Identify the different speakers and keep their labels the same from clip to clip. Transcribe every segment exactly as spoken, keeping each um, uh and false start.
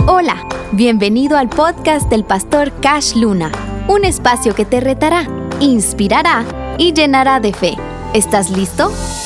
Speaker 1: Hola, bienvenido al podcast del pastor Cash Luna, un espacio que te retará, inspirará y llenará de fe. ¿Estás listo?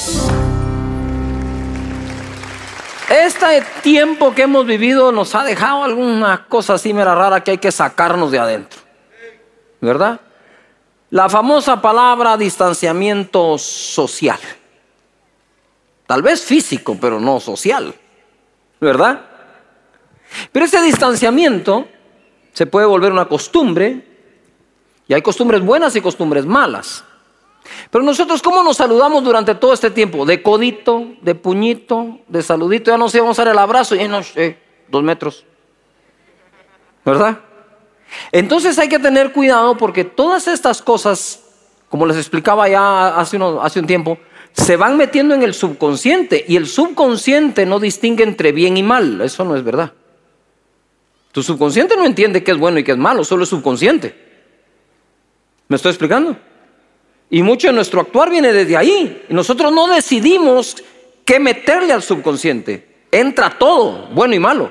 Speaker 2: Este tiempo que hemos vivido nos ha dejado alguna cosa así mera rara que hay que sacarnos de adentro, ¿verdad? La famosa palabra distanciamiento social. Tal vez físico, pero no social, ¿verdad? Pero ese distanciamiento se puede volver una costumbre, y hay costumbres buenas y costumbres malas. Pero nosotros, ¿cómo nos saludamos durante todo este tiempo? De codito, de puñito, de saludito. Ya no sé, vamos a dar el abrazo y no sé, dos metros, ¿verdad? Entonces hay que tener cuidado, porque todas estas cosas, como les explicaba ya hace, uno, hace un tiempo, se van metiendo en el subconsciente, y el subconsciente no distingue entre bien y mal. Eso no es verdad. Tu subconsciente no entiende qué es bueno y qué es malo, solo es subconsciente. ¿Me estoy explicando? Y mucho de nuestro actuar viene desde ahí. Y nosotros no decidimos qué meterle al subconsciente. Entra todo, bueno y malo.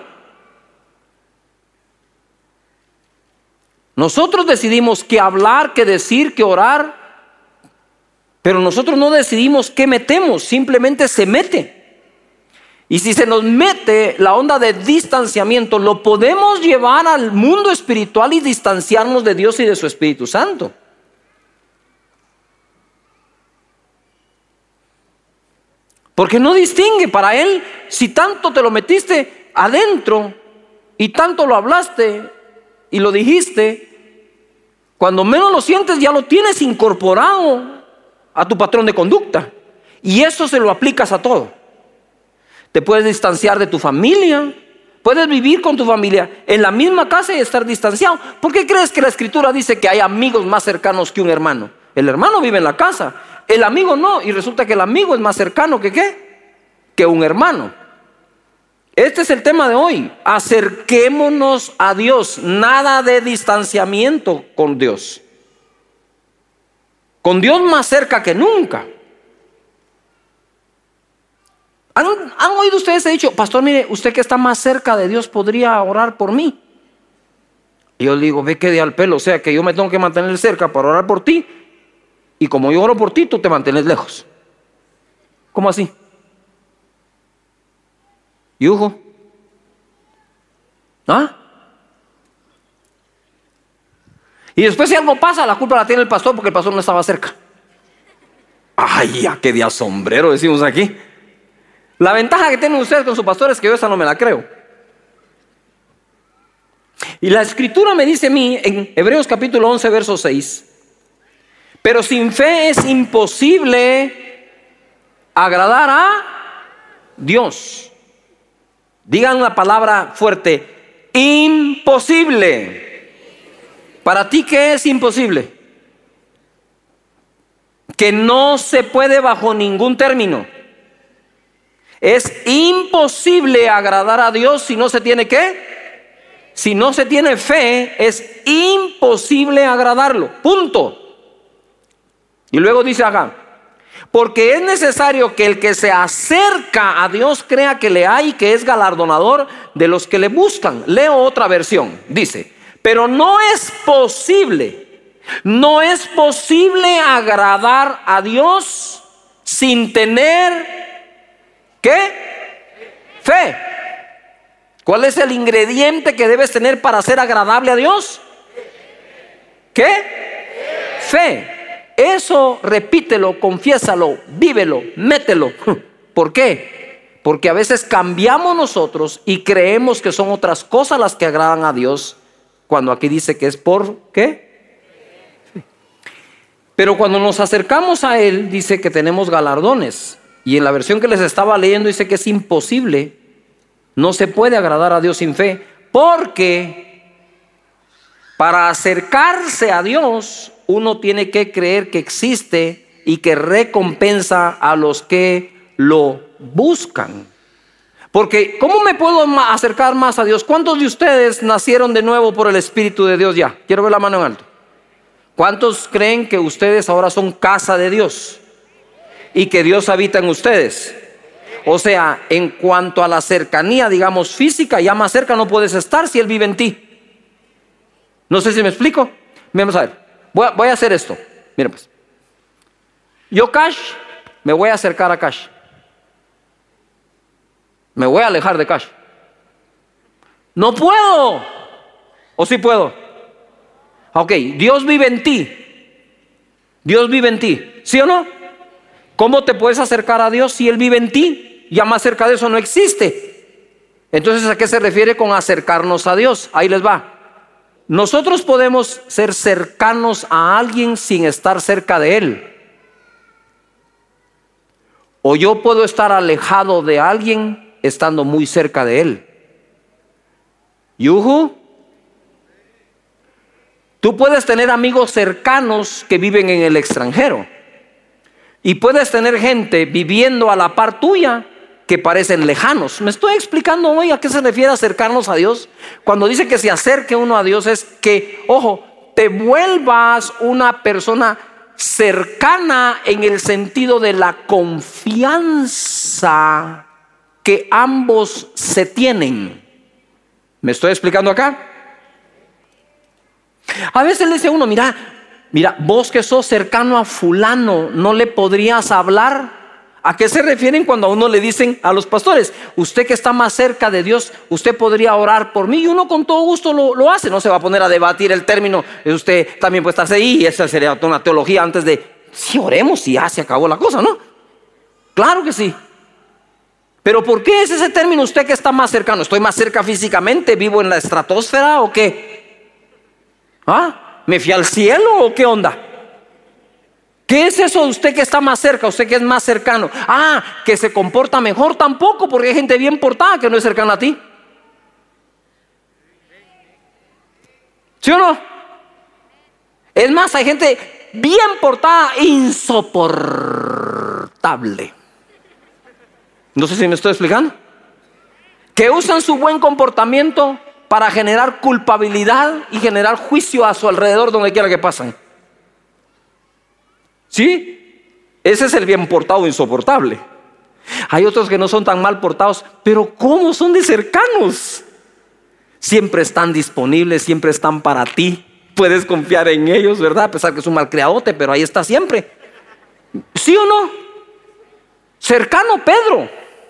Speaker 2: Nosotros decidimos qué hablar, qué decir, qué orar, pero nosotros no decidimos qué metemos, simplemente se mete. Y si se nos mete la onda de distanciamiento, lo podemos llevar al mundo espiritual y distanciarnos de Dios y de su Espíritu Santo. Porque no distingue para él. Si tanto te lo metiste adentro y tanto lo hablaste y lo dijiste, cuando menos lo sientes ya lo tienes incorporado a tu patrón de conducta, y eso se lo aplicas a todo. Te puedes distanciar de tu familia, puedes vivir con tu familia en la misma casa y estar distanciado. ¿Por qué crees que la Escritura dice que hay amigos más cercanos que un hermano? El hermano vive en la casa, el amigo no, y resulta que el amigo es más cercano que ¿qué? Que un hermano. Este es el tema de hoy. Acerquémonos a Dios. Nada de distanciamiento con Dios. Con Dios más cerca que nunca. ¿Han, han oído ustedes, he dicho, pastor, mire, usted que está más cerca de Dios, ¿podría orar por mí? Y yo le digo, ve que de al pelo, o sea que yo me tengo que mantener cerca para orar por ti, y como yo oro por ti, tú te mantienes lejos. ¿Cómo así? ¿Y Hugo? ¿Ah? Y después si algo pasa, la culpa la tiene el pastor, porque el pastor no estaba cerca. Ay, ya qué día sombrero decimos aquí. La ventaja que tienen ustedes con su pastor es que yo esa no me la creo. Y la Escritura me dice a mí en Hebreos capítulo once verso seis: pero sin fe es imposible agradar a Dios. Digan la palabra fuerte: imposible. ¿Para ti qué es imposible? Que no se puede bajo ningún término. Es imposible agradar a Dios si no se tiene ¿qué? Si no se tiene fe, es imposible agradarlo. Punto. Y luego dice acá: porque es necesario que el que se acerca a Dios crea que le hay y que es galardonador de los que le buscan. Leo otra versión. Dice: pero no es posible, no es posible agradar a Dios sin tener ¿qué? Fe. ¿Cuál es el ingrediente que debes tener para ser agradable a Dios? ¿Qué? Fe. Eso repítelo, confiésalo, vívelo, mételo. ¿Por qué? Porque a veces cambiamos nosotros y creemos que son otras cosas las que agradan a Dios, cuando aquí dice que es por ¿qué? Pero cuando nos acercamos a Él, dice que tenemos galardones. Y en la versión que les estaba leyendo dice que es imposible, no se puede agradar a Dios sin fe, porque para acercarse a Dios uno tiene que creer que existe y que recompensa a los que lo buscan. Porque ¿cómo me puedo acercar más a Dios? ¿Cuántos de ustedes nacieron de nuevo por el Espíritu de Dios ya? Quiero ver la mano en alto. ¿Cuántos creen que ustedes ahora son casa de Dios y que Dios habita en ustedes? O sea, en cuanto a la cercanía, digamos, física, ya más cerca no puedes estar si Él vive en ti. No sé si me explico. Vamos a ver, voy a, voy a hacer esto. Miren pues, yo Cash, me voy a acercar a Cash. Me voy a alejar de Cash. No puedo. ¿O sí puedo? Ok, Dios vive en ti. Dios vive en ti, ¿sí o no? ¿Cómo te puedes acercar a Dios si Él vive en ti? Ya más cerca de eso no existe. Entonces, ¿a qué se refiere con acercarnos a Dios? Ahí les va. Nosotros podemos ser cercanos a alguien sin estar cerca de Él. O yo puedo estar alejado de alguien estando muy cerca de Él. ¿Yuhu? Tú puedes tener amigos cercanos que viven en el extranjero. Y puedes tener gente viviendo a la par tuya que parecen lejanos. ¿Me estoy explicando hoy a qué se refiere acercarnos a Dios? Cuando dice que se acerque uno a Dios es que, ojo, te vuelvas una persona cercana en el sentido de la confianza que ambos se tienen. ¿Me estoy explicando acá? A veces le dice a uno, mira, mira, vos que sos cercano a fulano, ¿no le podrías hablar? ¿A qué se refieren cuando a uno le dicen a los pastores, usted que está más cerca de Dios, usted podría orar por mí? Y uno con todo gusto lo, lo hace, no se va a poner a debatir el término, usted también puede estarse ahí, y esa sería una teología antes de, si oremos y ya se acabó la cosa, ¿no? Claro que sí. Pero ¿por qué es ese término usted que está más cercano? ¿Estoy más cerca físicamente? ¿Vivo en la estratosfera o qué? ¿Ah? ¿Me fui al cielo o qué onda? ¿Qué es eso de usted que está más cerca? Usted que es más cercano. Ah, que se comporta mejor. Tampoco, porque hay gente bien portada que no es cercana a ti. ¿Sí o no? Es más, hay gente bien portada, insoportable. No sé si me estoy explicando. Que usan su buen comportamiento para generar culpabilidad y generar juicio a su alrededor donde quiera que pasen. ¿Sí? Ese es el bien portado insoportable. Hay otros que no son tan mal portados, pero ¿cómo son de cercanos? Siempre están disponibles, siempre están para ti. Puedes confiar en ellos, ¿verdad? A pesar que es un malcriadote, pero ahí está siempre. ¿Sí o no? Cercano Pedro.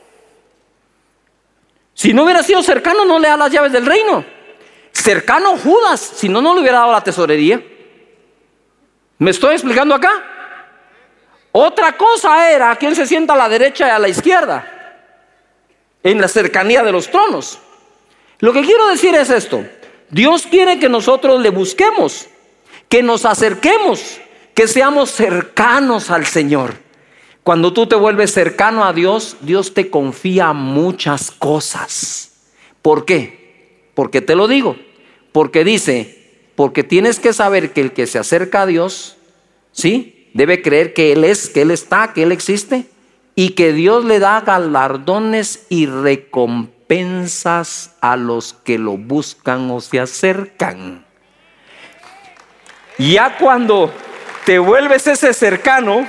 Speaker 2: Si no hubiera sido cercano, no le da las llaves del reino. Cercano Judas, si no, no le hubiera dado la tesorería. ¿Me estoy explicando acá? Otra cosa era quién se sienta a la derecha y a la izquierda, en la cercanía de los tronos. Lo que quiero decir es esto: Dios quiere que nosotros le busquemos, que nos acerquemos, que seamos cercanos al Señor. Cuando tú te vuelves cercano a Dios, Dios te confía muchas cosas. ¿Por qué? Porque te lo digo. Porque dice, porque tienes que saber que el que se acerca a Dios, ¿sí?, debe creer que Él es, que Él está, que Él existe, y que Dios le da galardones y recompensas a los que lo buscan o se acercan. Ya cuando te vuelves ese cercano,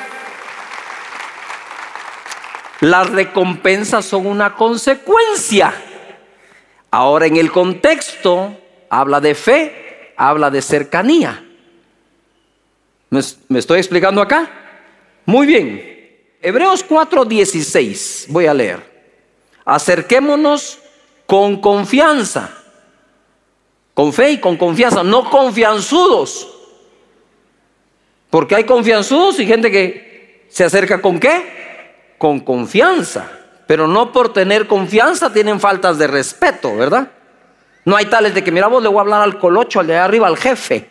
Speaker 2: las recompensas son una consecuencia. Ahora, en el contexto habla de fe, habla de cercanía. ¿Me, me estoy explicando acá? Muy bien. Hebreos cuatro dieciséis, voy a leer. Acerquémonos con confianza, con fe y con confianza, no confianzudos. Porque hay confianzudos y gente que se acerca ¿con qué? Con confianza, pero no por tener confianza tienen faltas de respeto, ¿verdad? No hay tales de que, mira, vos le voy a hablar al colocho, al de arriba, al jefe.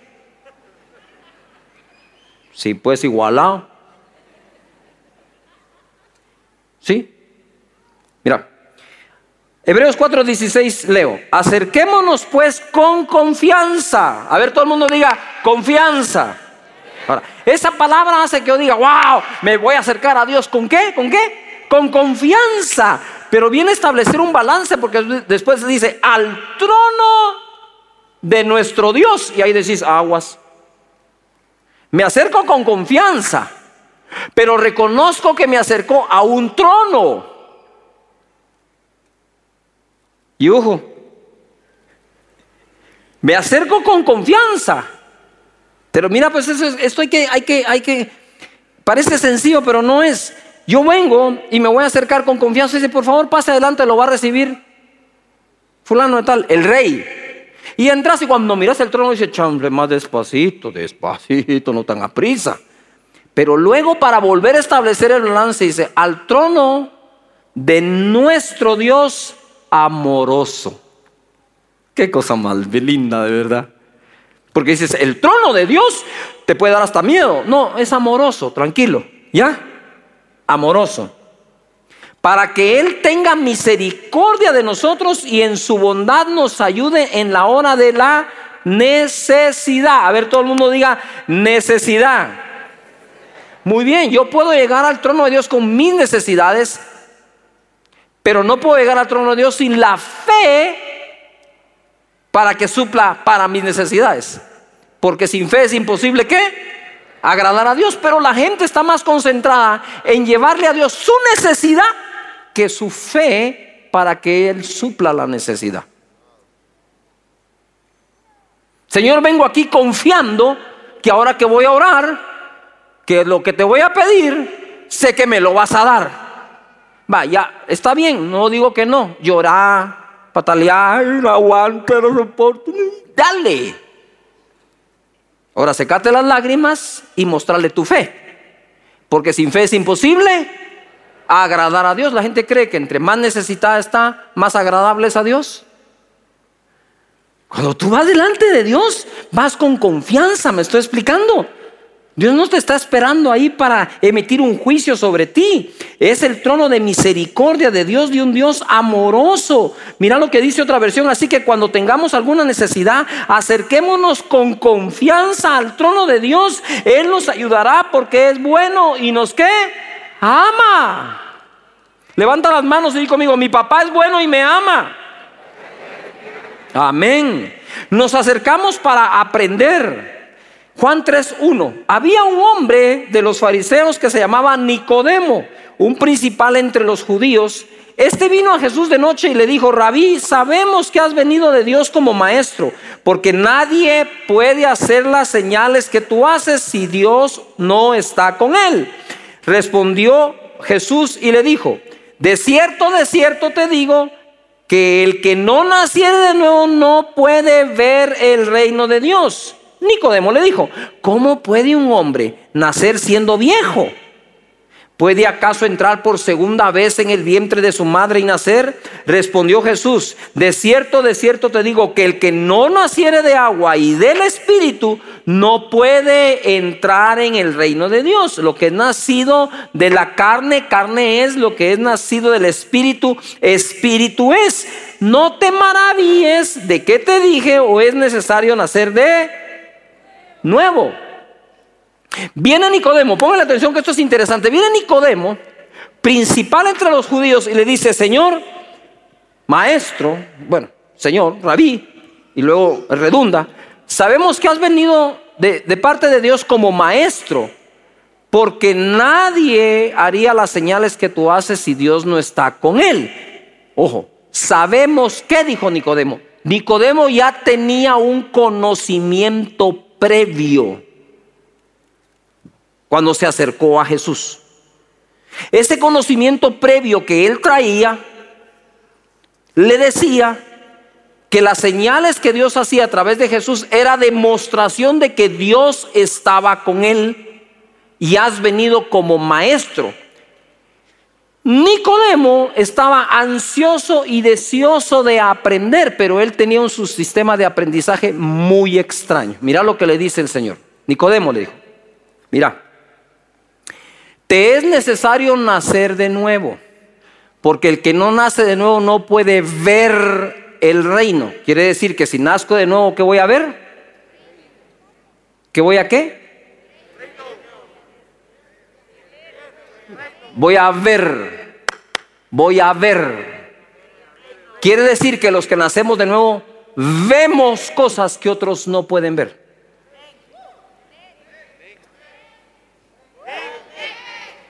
Speaker 2: Sí, pues igualado. ¿Sí? Mira, Hebreos cuatro dieciséis leo: acerquémonos pues con confianza. A ver, todo el mundo diga confianza. Ahora, esa palabra hace que yo diga, wow, me voy a acercar a Dios. ¿Con qué? ¿Con qué? Con confianza. Pero viene a establecer un balance, porque después dice, al trono de nuestro Dios. Y ahí decís, aguas. Me acerco con confianza, pero reconozco que me acerco a un trono. Y ojo, me acerco con confianza. Pero mira, pues eso es, esto hay que, hay que, hay que, parece sencillo, pero no es. Yo vengo y me voy a acercar con confianza y dice, por favor, pase adelante, lo va a recibir fulano de tal, el rey. Y entras y cuando miras el trono dice, chambre, más despacito, despacito, no tan aprisa. Pero luego para volver a establecer el balance dice, al trono de nuestro Dios amoroso. Qué cosa más linda, de verdad. Porque dices, el trono de Dios te puede dar hasta miedo. No, es amoroso, tranquilo, ¿ya? Amoroso. Para que Él tenga misericordia de nosotros y en su bondad nos ayude en la hora de la necesidad. A ver, todo el mundo diga necesidad. Muy bien, yo puedo llegar al trono de Dios con mis necesidades, pero no puedo llegar al trono de Dios sin la fe para que supla para mis necesidades. Porque sin fe es imposible, ¿qué? Agradar a Dios. Pero la gente está más concentrada en llevarle a Dios su necesidad que su fe para que Él supla la necesidad. Señor, vengo aquí confiando que ahora que voy a orar, que lo que te voy a pedir, sé que me lo vas a dar. Vaya, está bien, no digo que no. Llorar, patalear, aguante, no soporto. Dale. Ahora secate las lágrimas y mostrarle tu fe. Porque sin fe es imposible agradar a Dios. La gente cree que entre más necesitada está, más agradable es a Dios. Cuando tú vas delante de Dios, vas con confianza, me estoy explicando. Dios no te está esperando ahí para emitir un juicio sobre ti. Es el trono de misericordia de Dios, de un Dios amoroso. Mira lo que dice otra versión. Así que cuando tengamos alguna necesidad, acerquémonos con confianza al trono de Dios. Él nos ayudará porque es bueno y nos ¿qué? Ama. Levanta las manos y di conmigo, mi papá es bueno y me ama. Amén. Nos acercamos para aprender. Juan tres uno. Había un hombre de los fariseos que se llamaba Nicodemo, un principal entre los judíos. Este vino a Jesús de noche y le dijo, Rabí, sabemos que has venido de Dios como maestro, porque nadie puede hacer las señales que tú haces si Dios no está con él. Respondió Jesús y le dijo, de cierto, de cierto te digo, que el que no naciere de nuevo no puede ver el reino de Dios. Nicodemo le dijo, ¿cómo puede un hombre nacer siendo viejo? ¿Puede acaso entrar por segunda vez en el vientre de su madre y nacer? Respondió Jesús, de cierto, de cierto te digo que el que no naciere de agua y del Espíritu no puede entrar en el reino de Dios. Lo que es nacido de la carne, carne es; lo que es nacido del Espíritu, Espíritu es. No te maravilles de que te dije, o es necesario nacer de nuevo. Viene Nicodemo, póngale atención que esto es interesante. Viene Nicodemo, principal entre los judíos, y le dice, Señor, maestro, bueno, Señor, Rabí, y luego redunda, sabemos que has venido de, de parte de Dios como maestro, porque nadie haría las señales que tú haces si Dios no está con él. Ojo, sabemos que, dijo Nicodemo. Nicodemo ya tenía un conocimiento previo cuando se acercó a Jesús. Ese conocimiento previo que él traía le decía que las señales que Dios hacía a través de Jesús era demostración de que Dios estaba con él y has venido como maestro. Nicodemo estaba ansioso y deseoso de aprender, pero él tenía un su sistema de aprendizaje muy extraño. Mira lo que le dice el Señor. Nicodemo le dijo, mira, te es necesario nacer de nuevo, porque el que no nace de nuevo no puede ver el reino. Quiere decir que si nazco de nuevo, ¿qué voy a ver? ¿Qué voy a qué? Voy a ver. Voy a ver. Quiere decir que los que nacemos de nuevo vemos cosas que otros no pueden ver.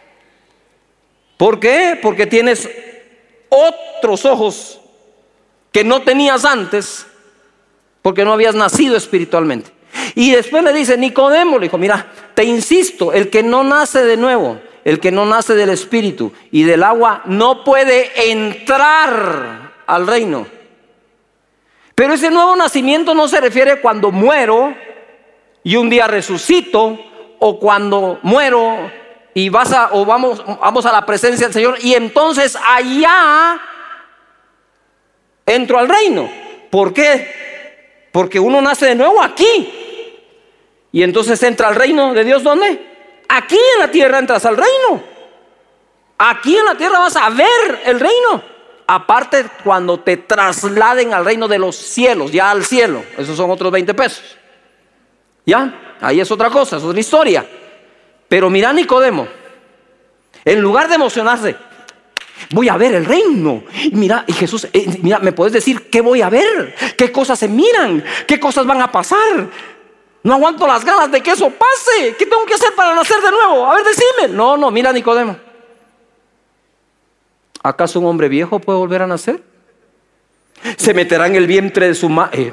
Speaker 2: ¿Por qué? Porque tienes otros ojos que no tenías antes, porque no habías nacido espiritualmente. Y después le dice, Nicodemo, le dijo, mira, te insisto, el que no nace de nuevo, el que no nace del Espíritu y del agua, no puede entrar al reino. Pero ese nuevo nacimiento no se refiere cuando muero y un día resucito, o cuando muero y vas a, o vamos, vamos a la presencia del Señor y entonces allá entro al reino. ¿Por qué? Porque uno nace de nuevo aquí. Y entonces entra al reino de Dios, ¿dónde? Aquí en la tierra entras al reino. Aquí en la tierra vas a ver el reino. Aparte cuando te trasladen al reino de los cielos, ya al cielo, esos son otros veinte pesos. Ya, ahí es otra cosa, es otra historia. Pero mira Nicodemo, en lugar de emocionarse, voy a ver el reino. Y mira, y Jesús, eh, mira, ¿me puedes decir qué voy a ver? ¿Qué cosas se miran? ¿Qué cosas van a pasar? No aguanto las ganas de que eso pase. ¿Qué tengo que hacer para nacer de nuevo? A ver, decime. No, no, mira Nicodemo, ¿acaso un hombre viejo puede volver a nacer? Se meterá en el vientre de su madre. Eh,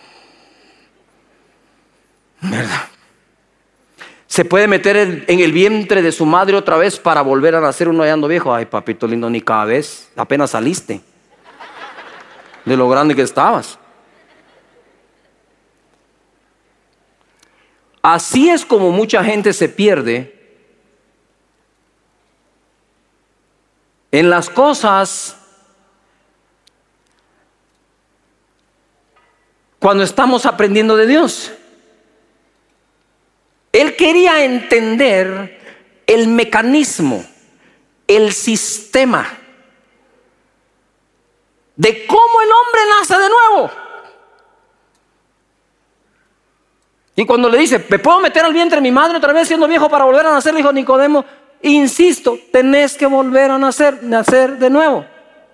Speaker 2: ¿Verdad? ¿Se puede meter en, en el vientre de su madre otra vez para volver a nacer uno hallando viejo? Ay, papito lindo, ni cada vez. Apenas saliste de lo grande que estabas. Así es como mucha gente se pierde en las cosas cuando estamos aprendiendo de Dios. Él quería entender el mecanismo, el sistema de cómo el hombre nace de nuevo. Y cuando le dice, ¿me puedo meter al vientre de mi madre otra vez siendo viejo para volver a nacer? Le dijo Nicodemo, insisto, tenés que volver a nacer, nacer de nuevo.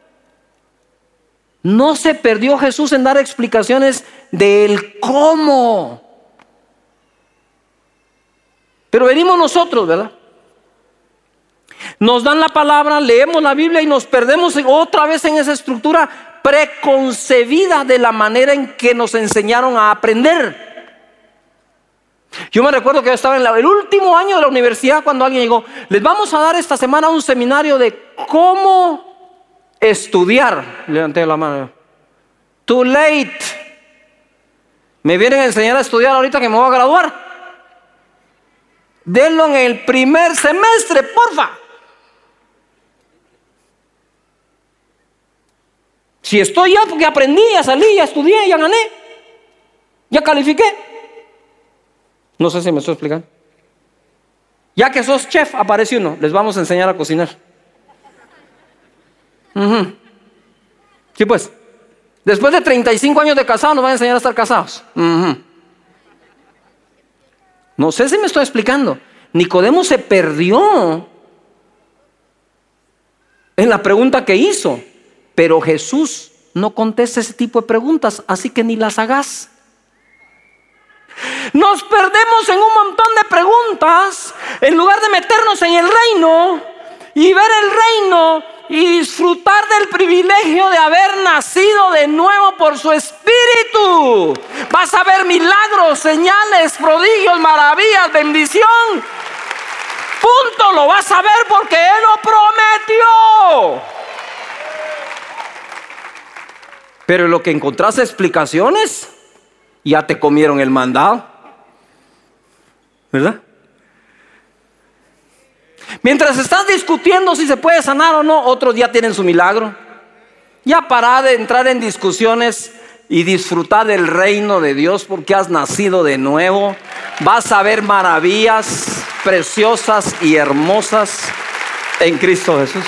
Speaker 2: No se perdió Jesús en dar explicaciones del cómo. Pero venimos nosotros, ¿verdad? Nos dan la palabra, leemos la Biblia y nos perdemos otra vez en esa estructura preconcebida de la manera en que nos enseñaron a aprender. Yo me recuerdo que yo estaba en la, el último año de la universidad cuando alguien llegó, les vamos a dar esta semana un seminario de cómo estudiar. Levanté la mano. Too late. Me vienen a enseñar a estudiar ahorita que me voy a graduar. Denlo en el primer semestre, porfa. Si estoy ya porque aprendí, ya salí, ya estudié, ya gané, ya califiqué. No sé si me estoy explicando. Ya que sos chef, aparece uno, les vamos a enseñar a cocinar. Uh-huh. Sí, pues. Después de treinta y cinco años de casado, nos van a enseñar a estar casados. Uh-huh. No sé si me estoy explicando. Nicodemo se perdió en la pregunta que hizo, pero Jesús no contesta ese tipo de preguntas, así que ni las hagas. Nos perdemos en un montón de preguntas en lugar de meternos en el reino y ver el reino y disfrutar del privilegio de haber nacido de nuevo por su Espíritu. Vas a ver milagros, señales, prodigios, maravillas, bendición. Punto, lo vas a ver porque Él lo prometió. Pero en lo que encontrás explicaciones, ya te comieron el mandado, ¿verdad? Mientras estás discutiendo si se puede sanar o no, otros ya tienen su milagro. Ya para de entrar en discusiones y disfrutar del reino de Dios porque has nacido de nuevo. Vas a ver maravillas preciosas y hermosas en Cristo Jesús.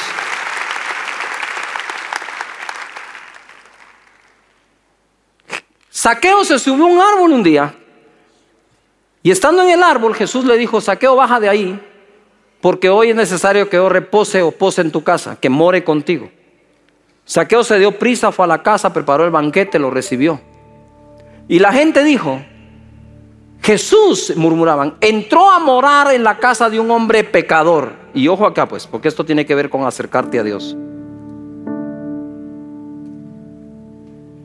Speaker 2: Zaqueo se subió a un árbol un día y estando en el árbol Jesús le dijo: Zaqueo, baja de ahí, porque hoy es necesario que yo repose o pose en tu casa, que more contigo. Zaqueo se dio prisa, fue a la casa, preparó el banquete, lo recibió. Y la gente dijo: Jesús, murmuraban, entró a morar en la casa de un hombre pecador. Y ojo acá pues, porque esto tiene que ver con acercarte a Dios.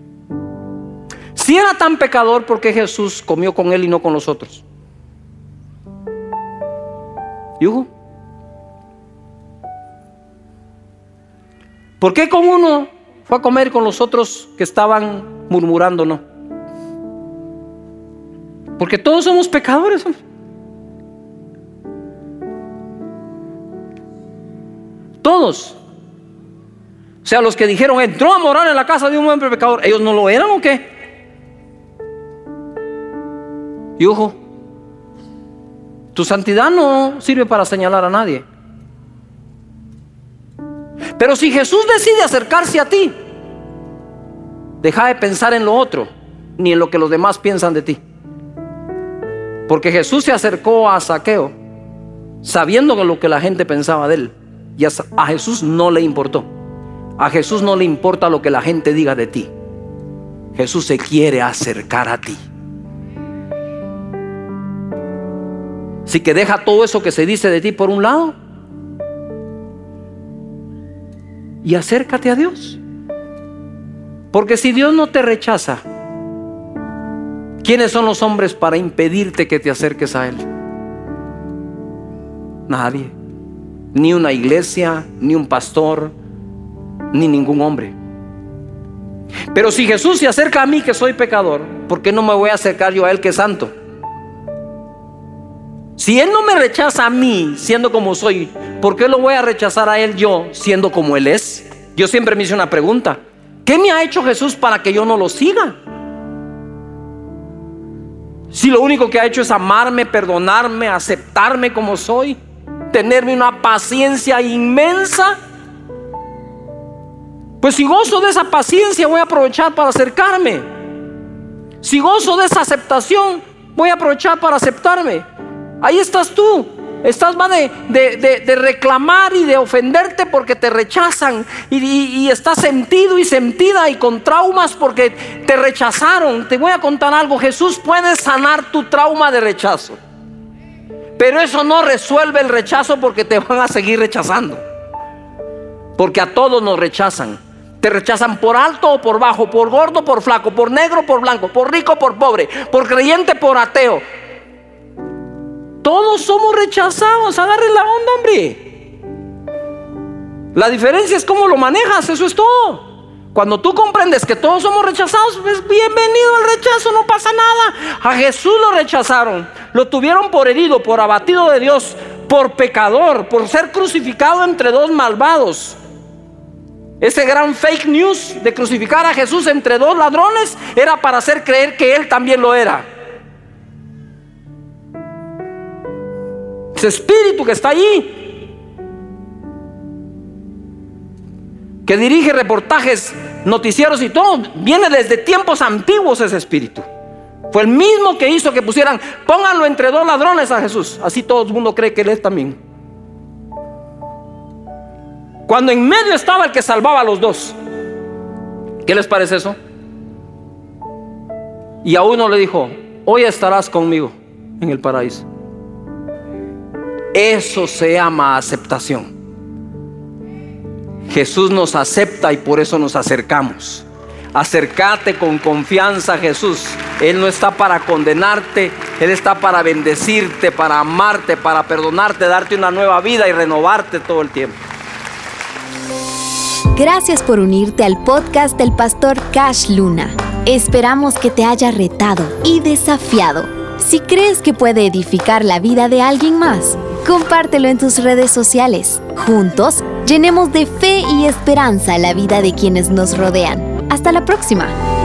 Speaker 2: Si era tan pecador, ¿por qué Jesús comió con él y no con los otros? ¿Y Hugo? ¿Por qué con uno fue a comer con los otros que estaban murmurando no? Porque todos somos pecadores. Todos. O sea, los que dijeron entró a morar en la casa de un hombre pecador, ¿ellos no lo eran o qué? Y ojo, tu santidad no sirve para señalar a nadie. Pero si Jesús decide acercarse a ti, deja de pensar en lo otro, ni en lo que los demás piensan de ti. Porque Jesús se acercó a Zaqueo sabiendo que lo que la gente pensaba de él. Y a Jesús no le importó. A Jesús no le importa lo que la gente diga de ti. Jesús se quiere acercar a ti. Así que deja todo eso que se dice de ti por un lado y acércate a Dios. Porque si Dios no te rechaza, ¿quiénes son los hombres para impedirte que te acerques a Él? Nadie. Ni una iglesia, ni un pastor, ni ningún hombre. Pero si Jesús se acerca a mí que soy pecador, ¿por qué no me voy a acercar yo a Él que es santo? Si Él no me rechaza a mí siendo como soy, ¿por qué lo voy a rechazar a Él yo siendo como Él es? Yo siempre me hice una pregunta: ¿qué me ha hecho Jesús para que yo no lo siga? Si lo único que ha hecho es amarme, perdonarme, aceptarme como soy, tenerme una paciencia inmensa, pues si gozo de esa paciencia voy a aprovechar para acercarme. Si gozo de esa aceptación voy a aprovechar para aceptarme. Ahí estás tú. Estás más de, de, de, de reclamar y de ofenderte porque te rechazan y, y, y estás sentido y sentida y con traumas porque te rechazaron. Te voy a contar algo: Jesús puede sanar tu trauma de rechazo, pero eso no resuelve el rechazo, porque te van a seguir rechazando. Porque a todos nos rechazan. Te rechazan por alto o por bajo, por gordo, por flaco, por negro, por blanco, por rico, por pobre, por creyente, por ateo. Todos somos rechazados. Agarren la onda, hombre. La diferencia es cómo lo manejas, eso es todo. Cuando tú comprendes que todos somos rechazados, pues bienvenido al rechazo, no pasa nada. A Jesús lo rechazaron, lo tuvieron por herido, por abatido de Dios, por pecador, por ser crucificado entre dos malvados. Ese gran fake news de crucificar a Jesús entre dos ladrones era para hacer creer que Él también lo era. Ese espíritu que está allí, que dirige reportajes, noticieros y todo, viene desde tiempos antiguos. Ese espíritu fue el mismo que hizo que pusieran: pónganlo entre dos ladrones a Jesús. Así todo el mundo cree que Él es también, cuando en medio estaba el que salvaba a los dos. ¿Qué les parece eso? Y a uno le dijo: hoy estarás conmigo en el paraíso. Eso se llama aceptación. Jesús nos acepta y por eso nos acercamos. Acércate con confianza a Jesús. Él no está para condenarte, Él está para bendecirte, para amarte, para perdonarte, darte una nueva vida y renovarte todo el tiempo.
Speaker 1: Gracias por unirte al podcast del pastor Cash Luna. Esperamos que te haya retado y desafiado. Si crees que puede edificar la vida de alguien más, compártelo en tus redes sociales. Juntos, llenemos de fe y esperanza la vida de quienes nos rodean. Hasta la próxima.